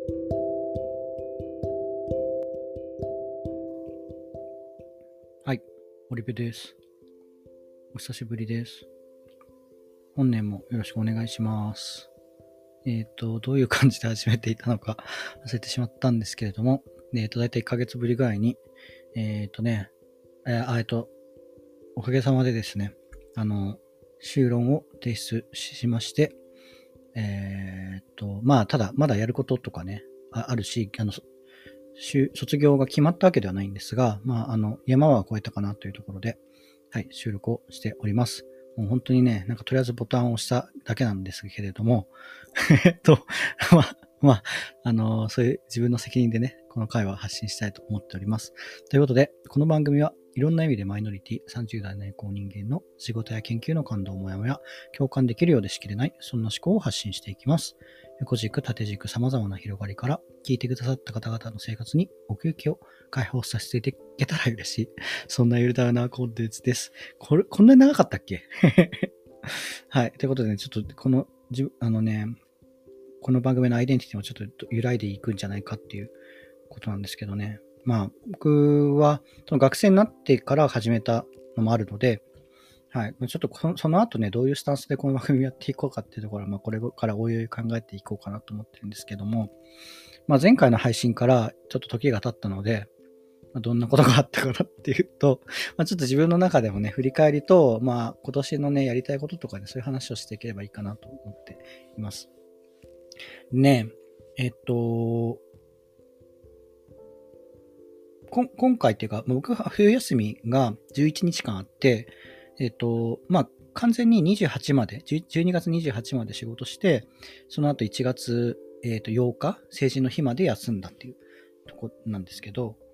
はい、オリベです。お久しぶりです。本年もよろしくお願いします。どういう感じで始めていたのか忘れてしまったんですけれども、だいたい1ヶ月ぶりぐらいに、おかげさまでですね、修論を提出しまして、ただ、まだやることとかね、あるし、卒業が決まったわけではないんですが、山は越えたかなというところで、はい、収録をしております。もう本当にね、とりあえずボタンを押しただけなんですけれども、まあ、そういう自分の責任でね、この回は発信したいと思っております。ということで、この番組はいろんな意味でマイノリティ、30代内向人間の仕事や研究の感動もやもや、共感できるようでしきれない、そんな思考を発信していきます。横軸、縦軸、様々な広がりから、聞いてくださった方々の生活に奥行きを解放させていけたら嬉しい。そんなゆるだらなコンテンツです。こんなに長かったっけはい。ということでね、ちょっとこの番組のアイデンティティもちょっと揺らいでいくんじゃないかっていうことなんですけどね。僕は、その学生になってから始めたのもあるので、はい。ちょっとその後ね、どういうスタンスでこの番組をやっていこうかっていうところは、これからおいおい考えていこうかなと思ってるんですけども、前回の配信からちょっと時が経ったので、どんなことがあったかなっていうと、ちょっと自分の中でもね、振り返りと、今年のね、やりたいこととかね、そういう話をしていければいいかなと思っています。ねえ、今回っていうか、僕は冬休みが11日間あって、完全に28まで、12月28まで仕事して、その後1月、8日、成人の日まで休んだっていうとこなんですけど、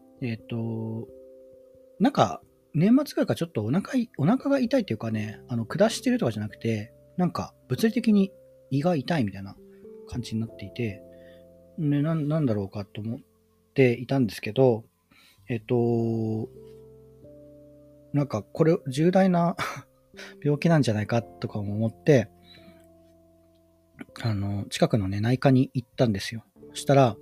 年末ぐらいからちょっとお腹が痛いというかね、下してるとかじゃなくて、物理的に胃が痛いみたいな感じになっていて、ね、なんだろうかと思っていたんですけど、これ重大な病気なんじゃないかとかも思って、近くのね、内科に行ったんですよ。そしたら、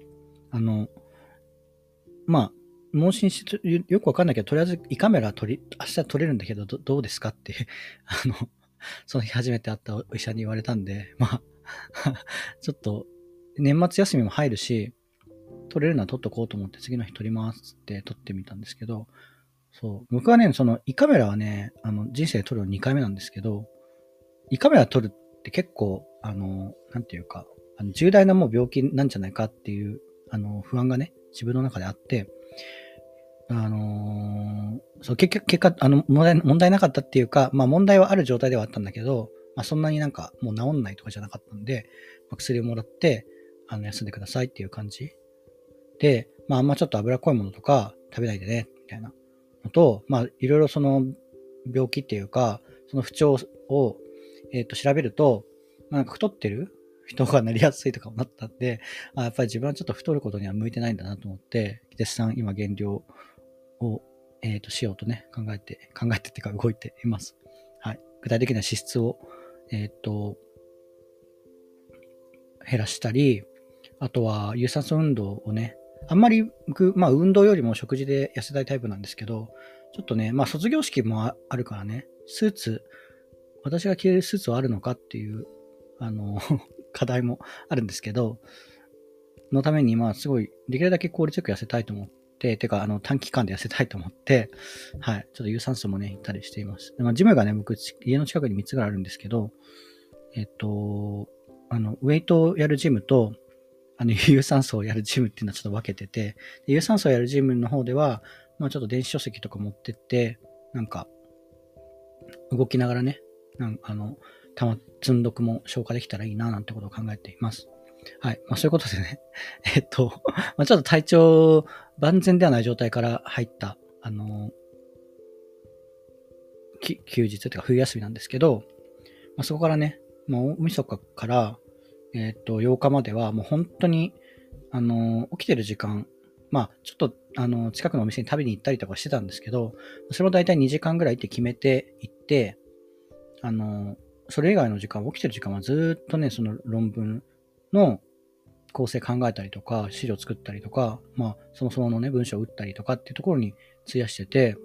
問診してよくわかんないけど、とりあえず胃カメラ明日撮れるんだけど、どうですかってその日初めて会ったお医者に言われたんで、ちょっと、年末休みも入るし、撮れるのは撮っとこうと思って次の日撮りますって撮ってみたんですけど、そう。僕はね、その胃カメラはね、人生で撮るの2回目なんですけど、胃カメラ撮るって結構、なんていうか、重大なもう病気なんじゃないかっていう、不安がね、自分の中であって、そう、結果、問題なかったっていうか、問題はある状態ではあったんだけど、そんなにもう治んないとかじゃなかったんで、薬をもらって、休んでくださいっていう感じで、あんまちょっと脂っこいものとか食べないでね、みたいなのと、いろいろその病気っていうか、その不調を、調べると、太ってる人がなりやすいとかもなったんで、やっぱり自分はちょっと太ることには向いてないんだなと思って、絶賛今減量を、しようとね、考えてっていうか動いています。はい。具体的な脂質を、減らしたり、あとは有酸素運動をね、あんまり僕、運動よりも食事で痩せたいタイプなんですけど、ちょっとね、卒業式もあるからね、私が着れるスーツはあるのかっていう、課題もあるんですけど、のために、すごい、できるだけ効率よく痩せたいと思って、短期間で痩せたいと思って、はい、ちょっと有酸素もね、行ったりしています。ジムがね、僕、家の近くに3つぐらいあるんですけど、ウェイトをやるジムと、有酸素をやるジムっていうのはちょっと分けてて、有酸素をやるジムの方では、ちょっと電子書籍とか持ってって、動きながらね、積んどくも消化できたらいいな、なんてことを考えています。はい。そういうことでね、ちょっと体調万全ではない状態から入った、休日というか冬休みなんですけど、そこからね、大晦日から、8日まではもう本当に、起きてる時間、ちょっと、近くのお店に食べに行ったりとかしてたんですけど、それも大体2時間ぐらいって決めて行って、それ以外の時間、起きてる時間はずっとね、その論文の、 構成考えたりとか、資料作ったりとか、まあ、そもそものね、文章を打ったりとかっていうところに費やしてて、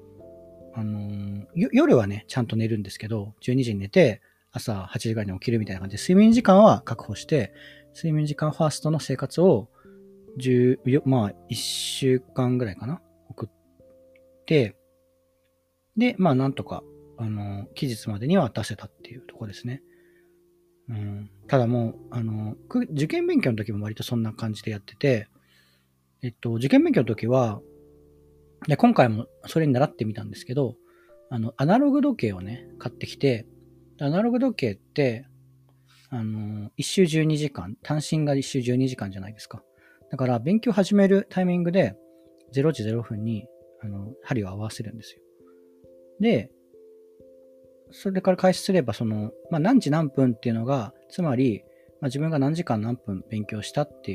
夜はね、ちゃんと寝るんですけど、12時に寝て、朝8時ぐらいに起きるみたいな感じで、睡眠時間は確保して、睡眠時間ファーストの生活をまあ、1週間ぐらいかな送って、で、まあ、なんとか、期日までには出せたっていうところですね。ただもう、受験勉強の時も割とそんな感じでやってて、受験勉強の時は、今回もそれに習ってみたんですけど、アナログ時計をね、買ってきて、アナログ時計って、一周12時間、単身が一周12時間じゃないですか。だから、勉強始めるタイミングで、0時0分に、針を合わせるんですよ。で、それから開始すれば、何時何分っていうのが、つまり、自分が何時間何分勉強したっていう、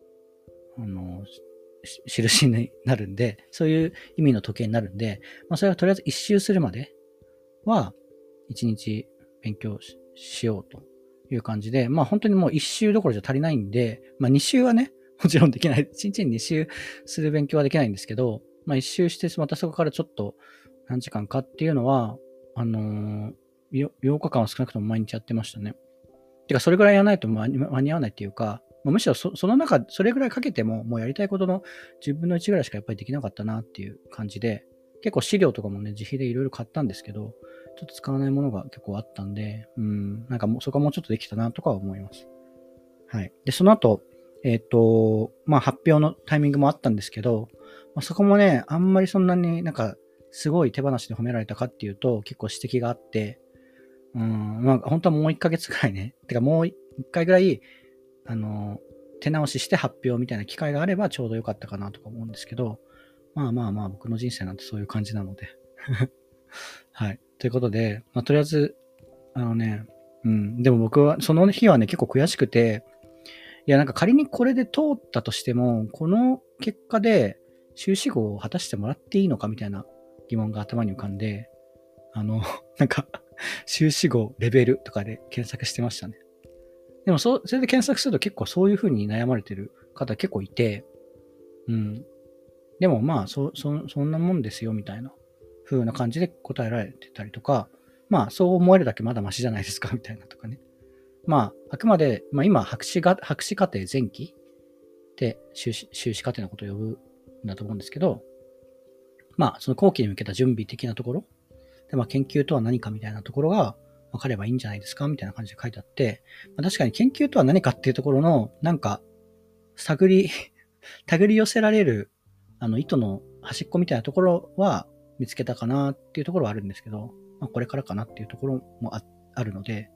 印になるんで、そういう意味の時計になるんで、それがとりあえず一周するまでは、一日勉強しようという感じで、本当にもう一周どころじゃ足りないんで、二周はね、もちろんできない。一日に二周する勉強はできないんですけど、一周して、またそこからちょっと何時間かっていうのは、8日間は少なくとも毎日やってましたね。てか、それぐらいやらないと間に合わないっていうか、むしろその中、それぐらいかけても、もうやりたいことの10分の1ぐらいしかやっぱりできなかったなっていう感じで、結構資料とかもね、自費でいろいろ買ったんですけど、ちょっと使わないものが結構あったんで、なんかそこはもうちょっとできたなとかは思います。はい。で、その後、発表のタイミングもあったんですけど、そこもね、あんまりそんなになんか、すごい手放しで褒められたかっていうと、結構指摘があって、本当はもう1ヶ月ぐらいね、てかもう1回ぐらい、手直しして発表みたいな機会があればちょうどよかったかなとか思うんですけど、僕の人生なんてそういう感じなので。はい。ということで、とりあえず、でも僕は、その日はね、結構悔しくて、いや、なんか仮にこれで通ったとしても、この結果で修士号を果たしてもらっていいのかみたいな疑問が頭に浮かんで、なんか、修士号レベルとかで検索してましたね。でもそれで検索すると結構そういう風に悩まれてる方結構いて、でもそんなもんですよみたいな風な感じで答えられてたりとか、そう思えるだけまだマシじゃないですかみたいなとかね。あくまで、今博士課程前期って修士課程のことを呼ぶんだと思うんですけど、その後期に向けた準備的なところで、研究とは何かみたいなところが分かればいいんじゃないですかみたいな感じで書いてあって、確かに研究とは何かっていうところの、なんか、手繰り寄せられる、糸の端っこみたいなところは見つけたかなっていうところはあるんですけど、これからかなっていうところもあるので、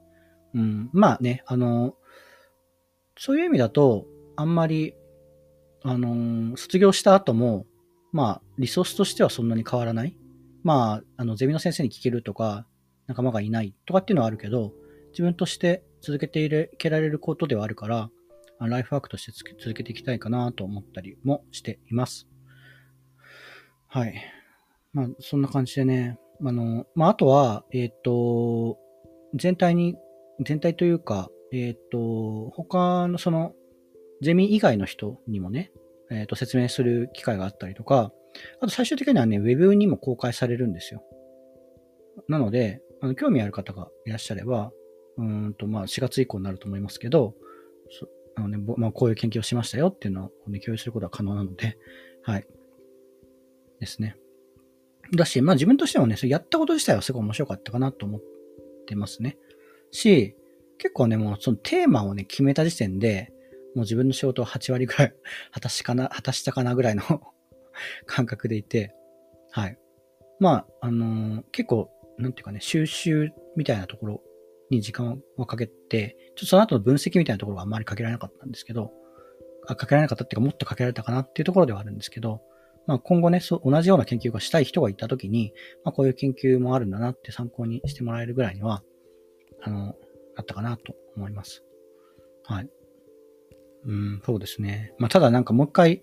そういう意味だと、あんまり、卒業した後も、リソースとしてはそんなに変わらない。ゼミの先生に聞けるとか、仲間がいないとかっていうのはあるけど、自分として続けていけられることではあるから、ライフワークとして続けていきたいかなと思ったりもしています。はい。そんな感じでね、あとは、全体というか、他のゼミ以外の人にもね、説明する機会があったりとか、あと最終的にはね、ウェブにも公開されるんですよ。なので、興味ある方がいらっしゃれば、4月以降になると思いますけど、こういう研究をしましたよっていうのを、ね、共有することは可能なので、はい。ですね。だし、自分としてもね、それやったこと自体はすごい面白かったかなと思ってますね。結構ね、もうそのテーマをね、決めた時点で、もう自分の仕事を8割ぐらい果たしたかなぐらいの感覚でいて、はい。結構、なんていうかね、収集みたいなところに時間をかけて、ちょっとその後の分析みたいなところがあんまりかけられなかったんですけど、かけられなかったっていうか、もっとかけられたかなっていうところではあるんですけど、今後ね、同じような研究がしたい人がいたときに、こういう研究もあるんだなって参考にしてもらえるぐらいには、あったかなと思います。はい。そうですね。ただなんかもう一回、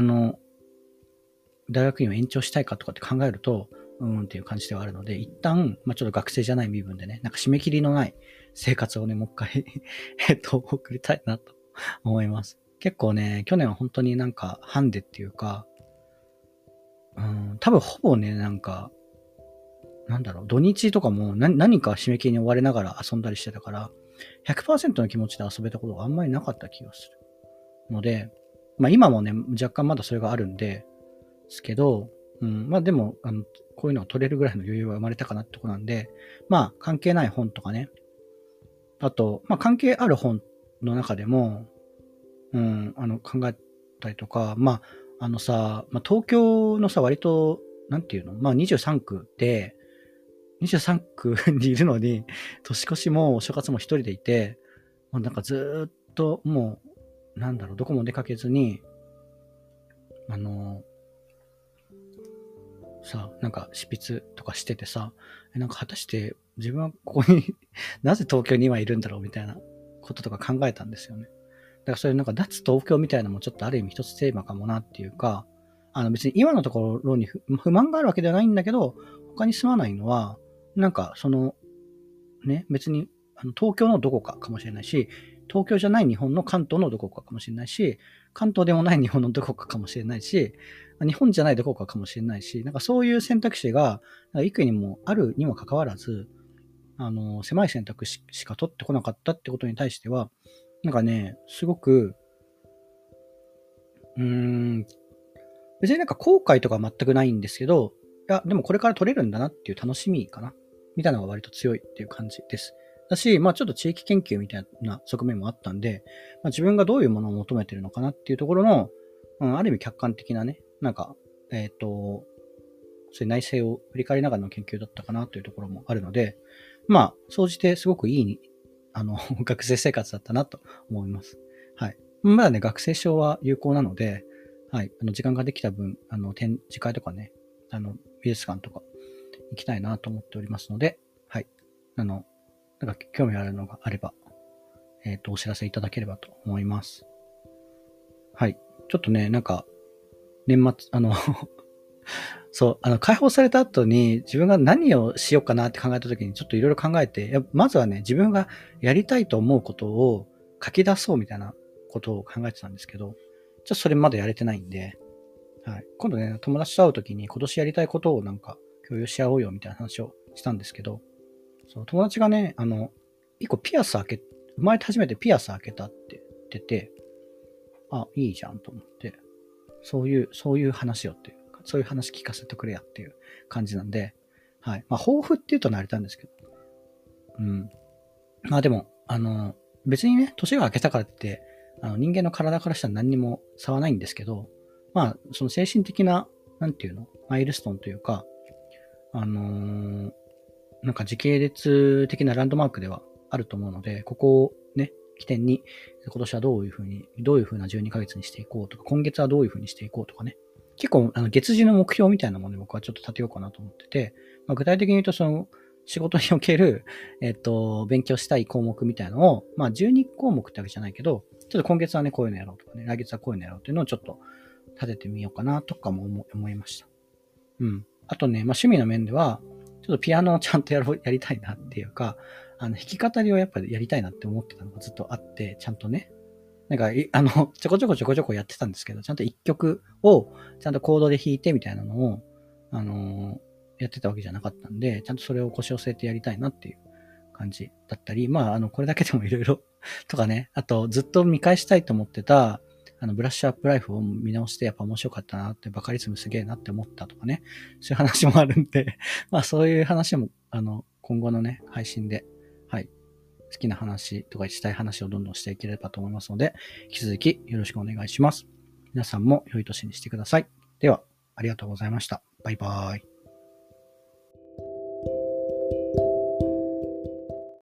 大学院を延長したいかとかって考えると、っていう感じではあるので、一旦、ちょっと学生じゃない身分でね、なんか締め切りのない生活をね、もう一回送りたいなと思います。結構ね、去年は本当になんかハンデっていうか、多分ほぼね、なんか、なんだろう、土日とかも何か締め切りに追われながら遊んだりしてたから、100% の気持ちで遊べたことがあんまりなかった気がする。ので、まあ今もね、若干まだそれがあるんですけど、まあでも、こういうのが取れるぐらいの余裕は生まれたかなってとこなんで、まあ関係ない本とかね、あと、まあ関係ある本の中でも、考えたりとか、まあ、まあ東京のさ、割と、なんていうのまあ23区で、23区にいるのに、年越しもお正月も一人でいて、もうなんかずーっともう、なんだろう、どこも出かけずに、さ、なんか執筆とかしててさ、なんか果たして自分はここになぜ東京に今いるんだろうみたいなこととか考えたんですよね。だからそういうなんか脱東京みたいなのもちょっとある意味一つテーマかもなっていうか、別に今のところに不満があるわけではないんだけど、他に住まないのは、なんかその、ね、別に東京のどこかかもしれないし、東京じゃない日本の関東のどこかかもしれないし、関東でもない日本のどこかかもしれないし、日本じゃないどこかかもしれないし、なんかそういう選択肢が、幾重にもあるにもかかわらず、狭い選択肢しか取ってこなかったってことに対しては、なんかね、すごく、別になんか後悔とか全くないんですけど、いや、でもこれから取れるんだなっていう楽しみかな。みたいなのが割と強いっていう感じです。だし、まあちょっと地域研究みたいな側面もあったんで、まあ、自分がどういうものを求めてるのかなっていうところの、ある意味客観的なね、なんか、そういう内政を振り返りながらの研究だったかなというところもあるので、まあ、総じてすごくいい、学生生活だったなと思います。はい。まだね、学生証は有効なので、はい。時間ができた分、展示会とかね、美術館とか行きたいなと思っておりますので、はい。なんか興味あるのがあれば、お知らせいただければと思います。はい。ちょっとね、なんか、年末、そう、解放された後に自分が何をしようかなって考えた時にちょっといろいろ考えて、まずはね、自分がやりたいと思うことを書き出そうみたいなことを考えてたんですけど、ちょっとそれまだやれてないんで、はい。今度ね、友達と会う時に今年やりたいことをなんか共有し合おうよみたいな話をしたんですけど、そう、友達がね、一個ピアス生まれて初めてピアス開けたって言ってて、あ、いいじゃんと思って、そういう話をっていう、そういう話聞かせてくれやっていう感じなんで、はい。まあ、抱負って言うと慣れたんですけど、まあでも、別にね、年が明けたからって、人間の体からしたら何にも差はないんですけど、まあ、その精神的な、なんていうの、マイルストーンというか、なんか時系列的なランドマークではあると思うので、ここをね、起点に、今年はどういうふうな12ヶ月にしていこうとか、今月はどういうふうにしていこうとかね。結構、月次の目標みたいなもので僕はちょっと立てようかなと思ってて、まあ、具体的に言うと、その、仕事における、勉強したい項目みたいなのを、まあ、12項目ってわけじゃないけど、ちょっと今月はね、こういうのやろうとかね、来月はこういうのやろうっていうのをちょっと立ててみようかなとかも思いました。あとね、まあ、趣味の面では、ちょっとピアノをちゃんとやりたいなっていうか、弾き語りをやっぱりやりたいなって思ってたのがずっとあって、ちゃんとね、なんか、ちょこちょこやってたんですけど、ちゃんと一曲をちゃんとコードで弾いてみたいなのを、やってたわけじゃなかったんで、ちゃんとそれを腰を据えてやりたいなっていう感じだったり、まあ、これだけでもいろいろとかね、あとずっと見返したいと思ってた、ブラッシュアップライフを見直してやっぱ面白かったなって、バカリズムすげえなって思ったとかね、そういう話もあるんで、まあそういう話も、今後のね、配信で、はい、好きな話とかしたい話をどんどんしていければと思いますので、引き続きよろしくお願いします。皆さんも良い年にしてください。では、ありがとうございました。バイバーイ。